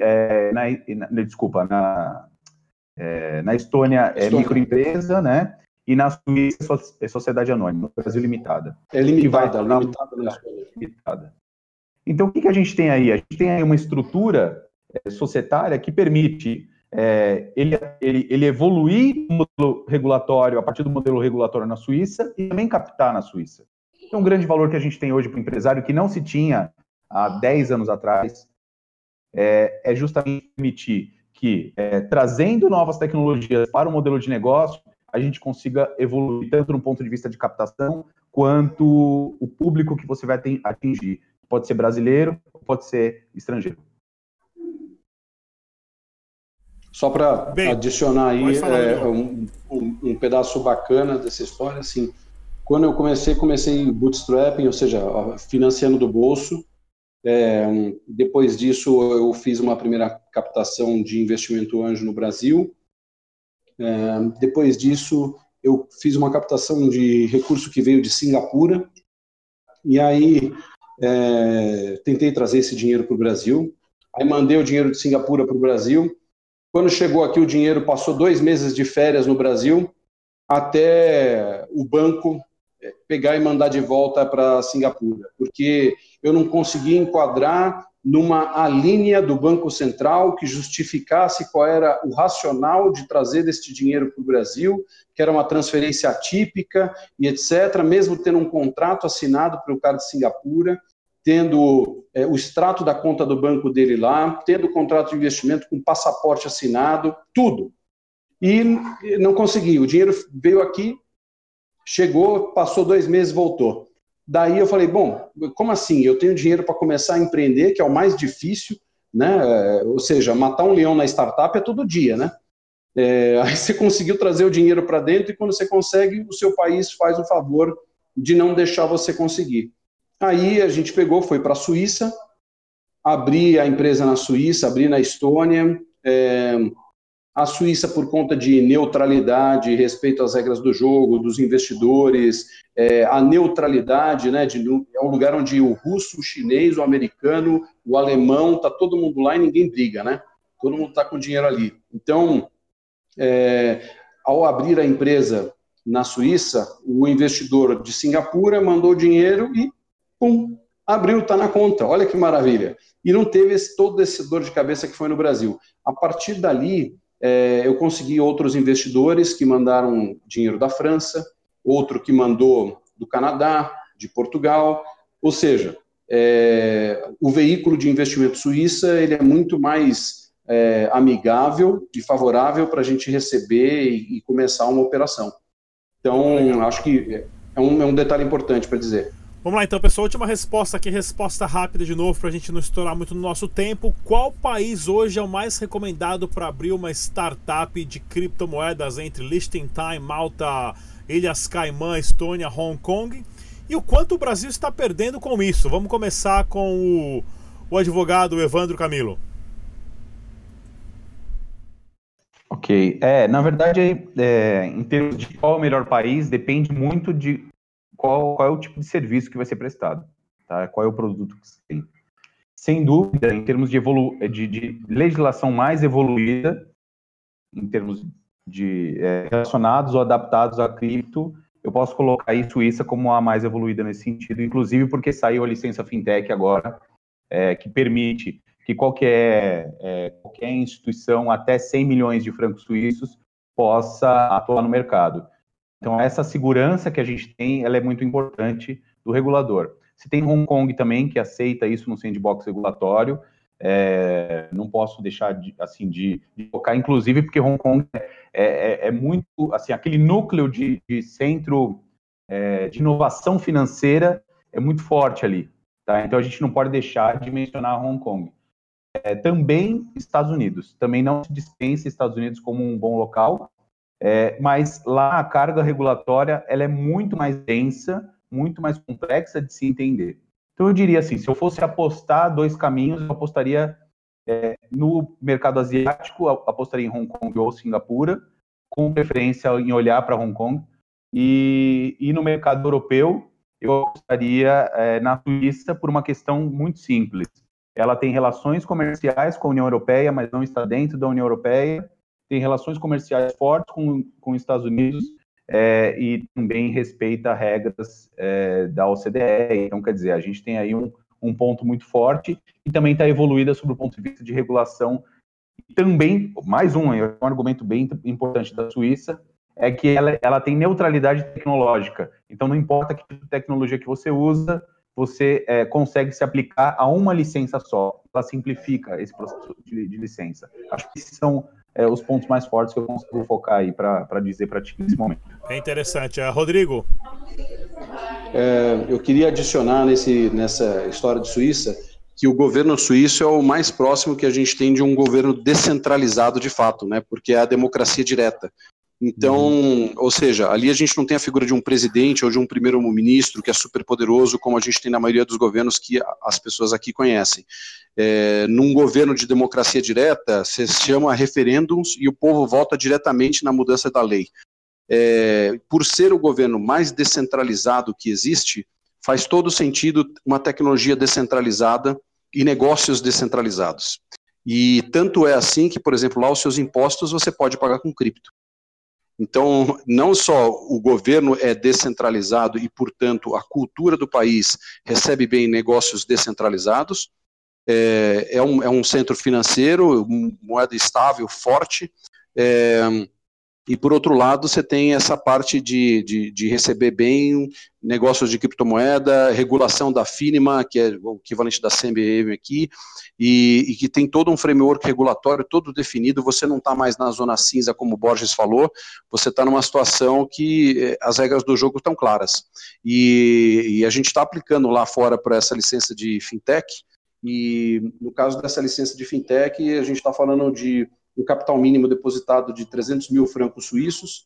na Estônia é microempresa, né? E na Suíça é sociedade anônima, no Brasil limitada. É limitada na Estônia. Limitada. Então, o que a gente tem aí? A gente tem aí uma estrutura societária que permite ele evoluir o modelo regulatório a partir do modelo regulatório na Suíça e também captar na Suíça. É um grande valor que a gente tem hoje para o empresário que não se tinha há 10 anos atrás. é justamente permitir que, trazendo novas tecnologias para o modelo de negócio, a gente consiga evoluir tanto no ponto de vista de captação, quanto o público que você vai atingir. Pode ser brasileiro, pode ser estrangeiro. Só para adicionar aí um pedaço bacana dessa história, assim, quando eu comecei bootstrapping, ou seja, financiando do bolso. Depois disso, eu fiz uma primeira captação de investimento anjo no Brasil. Depois disso, eu fiz uma captação de recurso que veio de Singapura. E aí, tentei trazer esse dinheiro para o Brasil. Aí mandei o dinheiro de Singapura para o Brasil. Quando chegou aqui, o dinheiro passou 2 meses de férias no Brasil, até o banco pegar e mandar de volta para Singapura, porque eu não conseguia enquadrar numa linha do Banco Central que justificasse qual era o racional de trazer este dinheiro para o Brasil, que era uma transferência atípica e etc., mesmo tendo um contrato assinado pelo cara de Singapura, tendo o extrato da conta do banco dele lá, tendo o contrato de investimento com passaporte assinado, tudo. E não consegui. O dinheiro veio aqui, chegou, passou 2 meses, voltou. Daí eu falei, bom, como assim? Eu tenho dinheiro para começar a empreender, que é o mais difícil, né? Ou seja, matar um leão na startup é todo dia, né? Aí você conseguiu trazer o dinheiro para dentro e quando você consegue, o seu país faz o favor de não deixar você conseguir. Aí a gente pegou, foi para a Suíça, abri a empresa na Suíça, abri na Estônia. A Suíça, por conta de neutralidade, respeito às regras do jogo, dos investidores, a neutralidade, né, é um lugar onde o russo, o chinês, o americano, o alemão, está todo mundo lá e ninguém briga, né? Todo mundo está com dinheiro ali. Então, ao abrir a empresa na Suíça, o investidor de Singapura mandou dinheiro e, pum, abriu, está na conta. Olha que maravilha. E não teve todo esse dor de cabeça que foi no Brasil. A partir dali, eu consegui outros investidores que mandaram dinheiro da França, outro que mandou do Canadá, de Portugal, ou seja, o veículo de investimento Suíça ele é muito mais amigável e favorável para a gente receber e começar uma operação. Então, acho que é um detalhe importante para dizer. Vamos lá então, pessoal, última resposta aqui, resposta rápida de novo, para a gente não estourar muito no nosso tempo. Qual país hoje é o mais recomendado para abrir uma startup de criptomoedas entre Liechtenstein, Malta, Ilhas Caimã, Estônia, Hong Kong? E o quanto o Brasil está perdendo com isso? Vamos começar com o advogado Evandro Camilo. Ok, na verdade, em termos de qual é o melhor país, depende muito de qual é o tipo de serviço que vai ser prestado, tá? Qual é o produto que você tem. Sem dúvida, em termos de legislação mais evoluída, em termos de relacionados ou adaptados a cripto, eu posso colocar aí Suíça como a mais evoluída nesse sentido, inclusive porque saiu a licença fintech agora, que permite que qualquer instituição até 100 milhões de francos suíços possa atuar no mercado. Então, essa segurança que a gente tem, ela é muito importante do regulador. Você tem Hong Kong também, que aceita isso no sandbox regulatório. Não posso deixar de focar, inclusive, porque Hong Kong é muito, assim, aquele núcleo de centro de inovação financeira é muito forte ali. Tá? Então, a gente não pode deixar de mencionar Hong Kong. Também Estados Unidos. Também não se dispensa Estados Unidos como um bom local. Mas lá a carga regulatória ela é muito mais densa, muito mais complexa de se entender. Então eu diria assim, se eu fosse apostar 2 caminhos, eu apostaria no mercado asiático, apostaria em Hong Kong ou Singapura, com preferência em olhar para Hong Kong, e no mercado europeu, eu apostaria na Suíça por uma questão muito simples. Ela tem relações comerciais com a União Europeia, mas não está dentro da União Europeia, tem relações comerciais fortes com os Estados Unidos e também respeita regras da OCDE. Então, quer dizer, a gente tem aí um ponto muito forte e também está evoluída sobre o ponto de vista de regulação. E também, mais um argumento bem importante da Suíça, é que ela tem neutralidade tecnológica. Então, não importa que tipo de tecnologia que você usa, você consegue se aplicar a uma licença só. Ela simplifica esse processo de licença. Acho que esses são os pontos mais fortes que eu consigo focar aí para dizer para ti nesse momento. É interessante. Rodrigo? Eu queria adicionar nessa história de Suíça que o governo suíço é o mais próximo que a gente tem de um governo descentralizado de fato, né? Porque é a democracia direta. Então, ou seja, ali a gente não tem a figura de um presidente ou de um primeiro-ministro que é super poderoso, como a gente tem na maioria dos governos que as pessoas aqui conhecem. Num governo de democracia direta, se chama referêndums e o povo vota diretamente na mudança da lei. Por ser o governo mais descentralizado que existe, faz todo sentido uma tecnologia descentralizada e negócios descentralizados. E tanto é assim que, por exemplo, lá os seus impostos você pode pagar com cripto. Então, não só o governo é descentralizado e, portanto, a cultura do país recebe bem negócios descentralizados, é um centro financeiro, moeda estável, forte, e, por outro lado, você tem essa parte de receber bem negócios de criptomoeda, regulação da FINMA, que é o equivalente da CMM aqui, e que tem todo um framework regulatório todo definido. Você não está mais na zona cinza, como o Borges falou, você está numa situação que as regras do jogo estão claras. E a gente está aplicando lá fora para essa licença de fintech, e no caso dessa licença de fintech, a gente está falando de um capital mínimo depositado de 300 mil francos suíços,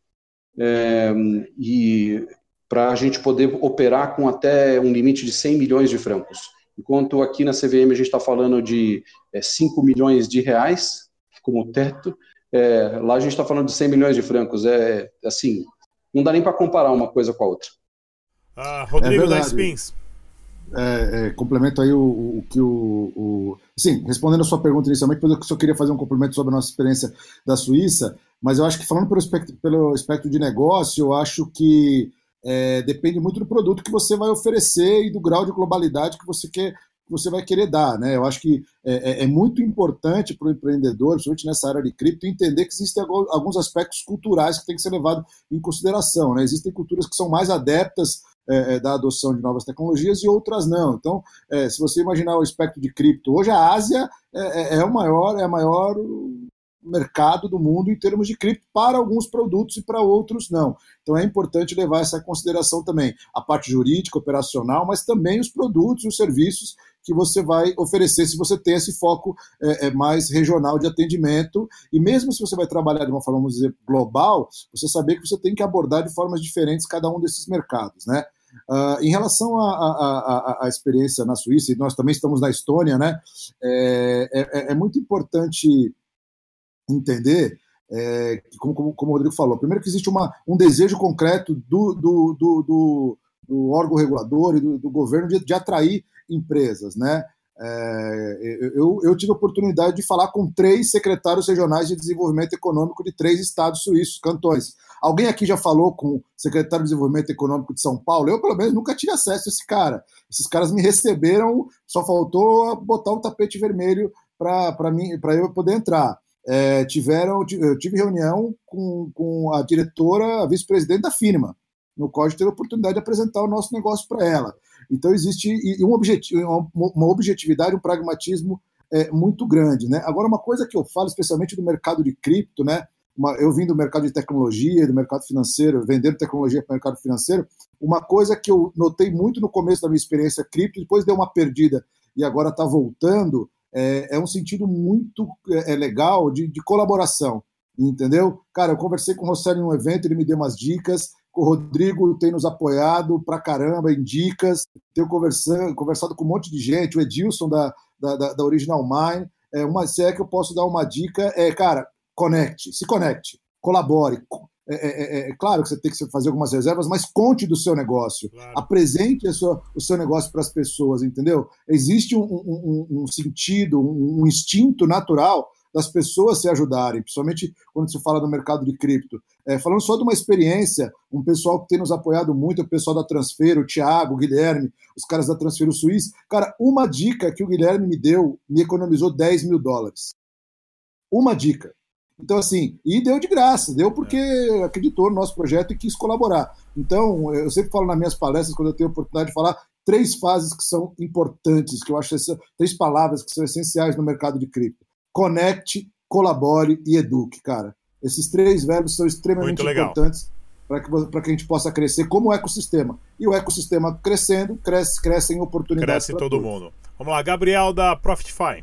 e para a gente poder operar com até um limite de 100 milhões de francos. Enquanto aqui na CVM a gente está falando de 5 milhões de reais como teto, lá a gente está falando de 100 milhões de francos. Assim, não dá nem para comparar uma coisa com a outra. Rodrigo da Spins. Complemento aí o que Sim, respondendo a sua pergunta inicialmente, eu só queria fazer um complemento sobre a nossa experiência da Suíça, mas eu acho que falando pelo espectro de negócio, eu acho que depende muito do produto que você vai oferecer e do grau de globalidade que você vai querer dar, né? Eu acho que é muito importante para o empreendedor, principalmente nessa área de cripto, entender que existem alguns aspectos culturais que tem que ser levado em consideração, né? Existem culturas que são mais adeptas da adoção de novas tecnologias e outras não. Então, se você imaginar o espectro de cripto, hoje a Ásia é o maior mercado do mundo em termos de cripto para alguns produtos e para outros não. Então é importante levar essa consideração também, a parte jurídica, operacional, mas também os produtos e os serviços que você vai oferecer se você tem esse foco mais regional de atendimento, e mesmo se você vai trabalhar de uma forma, vamos dizer, global, você saber que você tem que abordar de formas diferentes cada um desses mercados, né? Em relação à experiência na Suíça, e nós também estamos na Estônia, né? É muito importante entender, como o Rodrigo falou, primeiro que existe um desejo concreto do órgão regulador e do governo de atrair empresas, né? Eu tive a oportunidade de falar com 3 secretários regionais de desenvolvimento econômico de 3 estados suíços, cantões. Alguém aqui já falou com o secretário de desenvolvimento econômico de São Paulo? Eu, pelo menos, nunca tive acesso a esse cara. Esses caras me receberam, só faltou botar um tapete vermelho para eu poder entrar. Eu tive reunião com a diretora, a vice-presidente da FINMA, no qual eu tive a oportunidade de apresentar o nosso negócio para ela. Então existe uma objetividade, um pragmatismo muito grande, né? Agora, uma coisa que eu falo, especialmente do mercado de cripto, né? Eu vim do mercado de tecnologia, do mercado financeiro, vendendo tecnologia para o mercado financeiro, uma coisa que eu notei muito no começo da minha experiência cripto, depois deu uma perdida e agora está voltando, é um sentido muito legal de colaboração, entendeu? Cara, eu conversei com o Rosselli em um evento, ele me deu umas dicas, o Rodrigo tem nos apoiado pra caramba em dicas, tenho conversado com um monte de gente, o Edilson da Original Mine, se é que eu posso dar uma dica, cara, se conecte, colabore. Claro que você tem que fazer algumas reservas, mas conte do seu negócio, claro. Apresente o seu negócio para as pessoas, entendeu? Existe um sentido, um instinto natural das pessoas se ajudarem, principalmente quando se fala do mercado de cripto. Falando só de uma experiência, um pessoal que tem nos apoiado muito, o pessoal da Transfer, o Thiago, o Guilherme, os caras da Transfer Suíça. Cara, uma dica que o Guilherme me deu me economizou $10 mil. Uma dica. Então, assim, e deu de graça, deu porque acreditou no nosso projeto e quis colaborar. Então, eu sempre falo nas minhas palestras, quando eu tenho a oportunidade de falar, três fases que são importantes, que eu acho três palavras que são essenciais no mercado de cripto. Conecte, colabore e eduque, cara. Esses três verbos são extremamente importantes para que a gente possa crescer como ecossistema. E o ecossistema crescendo, crescem oportunidades. Cresce todo mundo. Vamos lá, Gabriel da ProfitFi.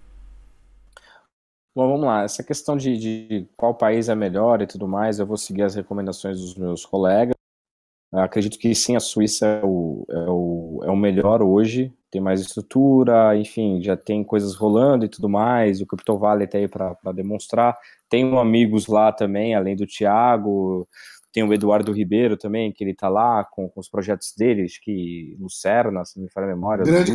Bom, vamos lá. Essa questão de qual país é melhor e tudo mais, eu vou seguir as recomendações dos meus colegas. Eu acredito que sim, a Suíça é o melhor hoje, tem mais estrutura, enfim, já tem coisas rolando e tudo mais, o Crypto Valley está aí para demonstrar. Tenho amigos lá também, além do Thiago, tem o Eduardo Ribeiro também, que ele está lá com os projetos dele, acho que Lucerna, se não me falha a memória. Grande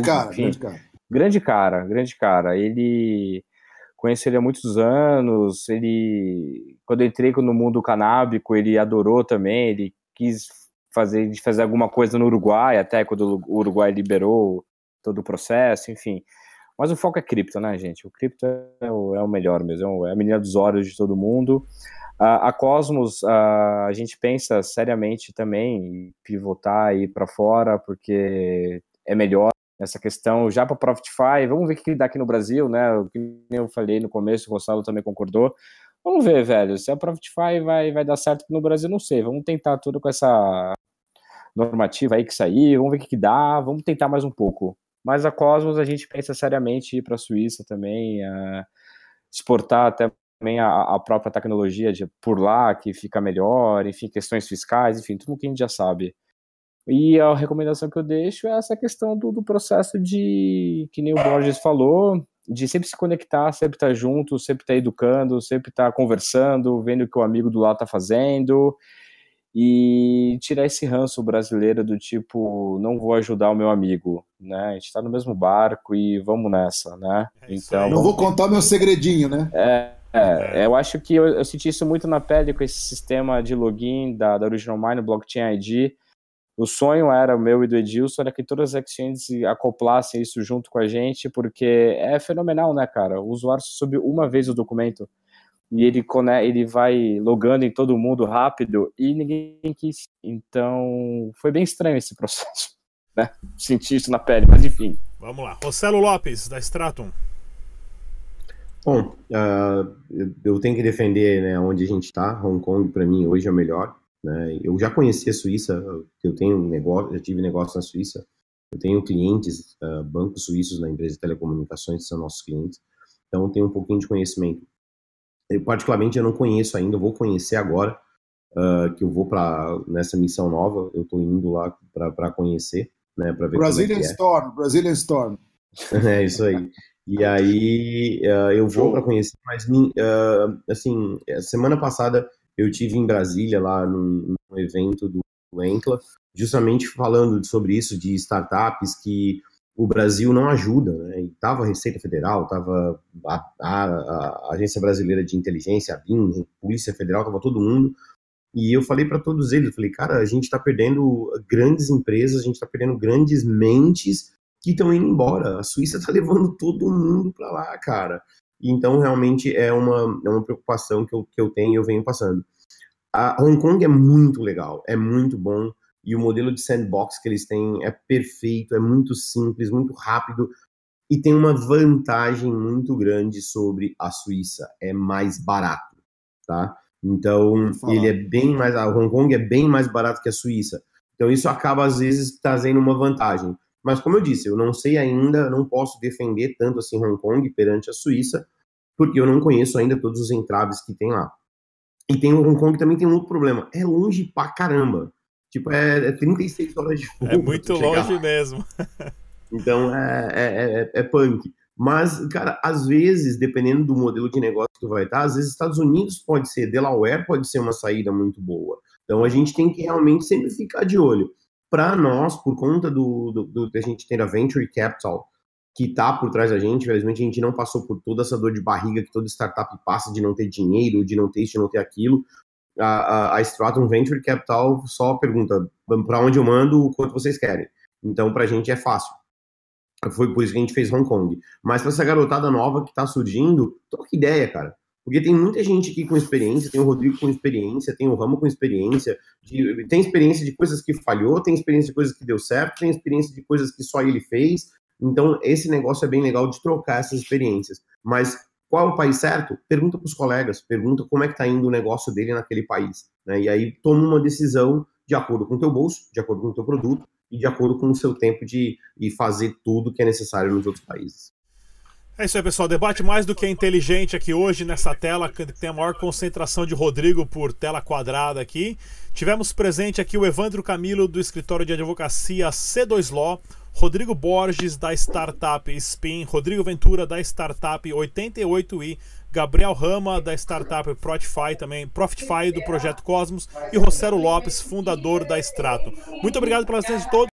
cara. Ele... Conheço ele há muitos anos, quando eu entrei no mundo canábico, ele adorou também, ele quis fazer alguma coisa no Uruguai, até quando o Uruguai liberou todo o processo, enfim. Mas o foco é cripto, né, gente? O cripto é o melhor mesmo, é a menina dos olhos de todo mundo. A Cosmos, a gente pensa seriamente também em pivotar aí para fora, porque é melhor essa questão já para ProfitFi. Vamos ver o que dá aqui no Brasil, né? O que eu falei no começo, o Gonçalo também concordou. Vamos ver, velho, se a ProfitFi vai dar certo aqui no Brasil, não sei. Vamos tentar tudo com essa normativa aí que sair, vamos ver o que dá, vamos tentar mais um pouco. Mas a Cosmos, a gente pensa seriamente ir para a Suíça também, exportar até também a própria tecnologia por lá, que fica melhor, enfim, questões fiscais, enfim, tudo que a gente já sabe. E a recomendação que eu deixo é essa questão do processo que nem o Borges falou, de sempre se conectar, sempre estar junto, sempre estar educando, sempre estar conversando, vendo o que o amigo do lado está fazendo, e tirar esse ranço brasileiro do tipo, não vou ajudar o meu amigo, né? A gente está no mesmo barco e vamos nessa, né? Então, não vou contar meu segredinho, né? Eu acho que eu senti isso muito na pele com esse sistema de login da Original Mine, Blockchain ID. O sonho era, o meu e do Edilson, era que todas as exchanges acoplassem isso junto com a gente, porque é fenomenal, né, cara? O usuário sobe uma vez o documento e ele vai logando em todo mundo rápido e ninguém quis. Então, foi bem estranho esse processo, né? Senti isso na pele, mas enfim. Vamos lá. Rossello Lopes, da Stratum. Bom, eu tenho que defender, né, onde a gente está. Hong Kong, para mim, hoje é o melhor. Né? Eu já conheci a Suíça, eu tenho já tive negócio na Suíça, eu tenho clientes, bancos suíços na empresa de telecomunicações, que são nossos clientes, então eu tenho um pouquinho de conhecimento. Particularmente eu não conheço ainda, eu vou conhecer agora, que eu vou nessa missão nova, eu estou indo lá para conhecer, né, para ver Brazilian como é que é. Brazilian Storm. É isso aí. E aí eu vou para conhecer, mas assim, semana passada eu tive em Brasília, lá num evento do Encla, justamente falando sobre isso, de startups que o Brasil não ajuda, né? E tava a Receita Federal, tava a Agência Brasileira de Inteligência, a BIM, a Polícia Federal, tava todo mundo. E eu falei para todos eles, eu falei, cara, a gente tá perdendo grandes empresas, a gente tá perdendo grandes mentes que estão indo embora. A Suíça tá levando todo mundo para lá, cara. Então, realmente, é uma preocupação que eu tenho e eu venho passando. A Hong Kong é muito legal, é muito bom, e o modelo de sandbox que eles têm é perfeito, é muito simples, muito rápido, e tem uma vantagem muito grande sobre a Suíça, é mais barato, tá? Então, ele é bem mais... A Hong Kong é bem mais barato que a Suíça. Então, isso acaba, às vezes, trazendo uma vantagem. Mas, como eu disse, eu não sei ainda, não posso defender tanto assim Hong Kong perante a Suíça, porque eu não conheço ainda todos os entraves que tem lá. E tem o Hong Kong também tem um outro problema, é longe pra caramba. Tipo, é 36 horas de voo. É muito longe mesmo. Então, é punk. Mas, cara, às vezes, dependendo do modelo de negócio que tu vai estar, às vezes Estados Unidos pode ser, Delaware pode ser uma saída muito boa. Então, a gente tem que realmente sempre ficar de olho. Para nós, por conta do que a gente tem da Venture Capital, que está por trás da gente, infelizmente a gente não passou por toda essa dor de barriga que toda startup passa de não ter dinheiro, de não ter isso, de não ter aquilo. A Stratum Venture Capital só pergunta para onde eu mando, o quanto vocês querem. Então, para a gente é fácil. Foi por isso que a gente fez Hong Kong. Mas para essa garotada nova que está surgindo, troca ideia, cara. Porque tem muita gente aqui com experiência, tem o Rodrigo com experiência, tem o Rama com experiência, tem experiência de coisas que falhou, tem experiência de coisas que deu certo, tem experiência de coisas que só ele fez. Então, esse negócio é bem legal de trocar essas experiências. Mas qual é o país certo? Pergunta para os colegas, pergunta como é que está indo o negócio dele naquele país, né? E aí toma uma decisão de acordo com o teu bolso, de acordo com o teu produto e de acordo com o seu tempo de fazer tudo que é necessário nos outros países. É isso aí, pessoal. Debate mais do que inteligente aqui hoje nessa tela, que tem a maior concentração de Rodrigo por tela quadrada aqui. Tivemos presente aqui o Evandro Camilo, do escritório de advocacia C2 Law, Rodrigo Borges, da startup Spin, Rodrigo Ventura, da startup 88i, Gabriel Rama, da startup Profitify, também Profitify, do Projeto Cosmos, e Rossello Lopes, fundador da Stratum. Muito obrigado pela presença de todos.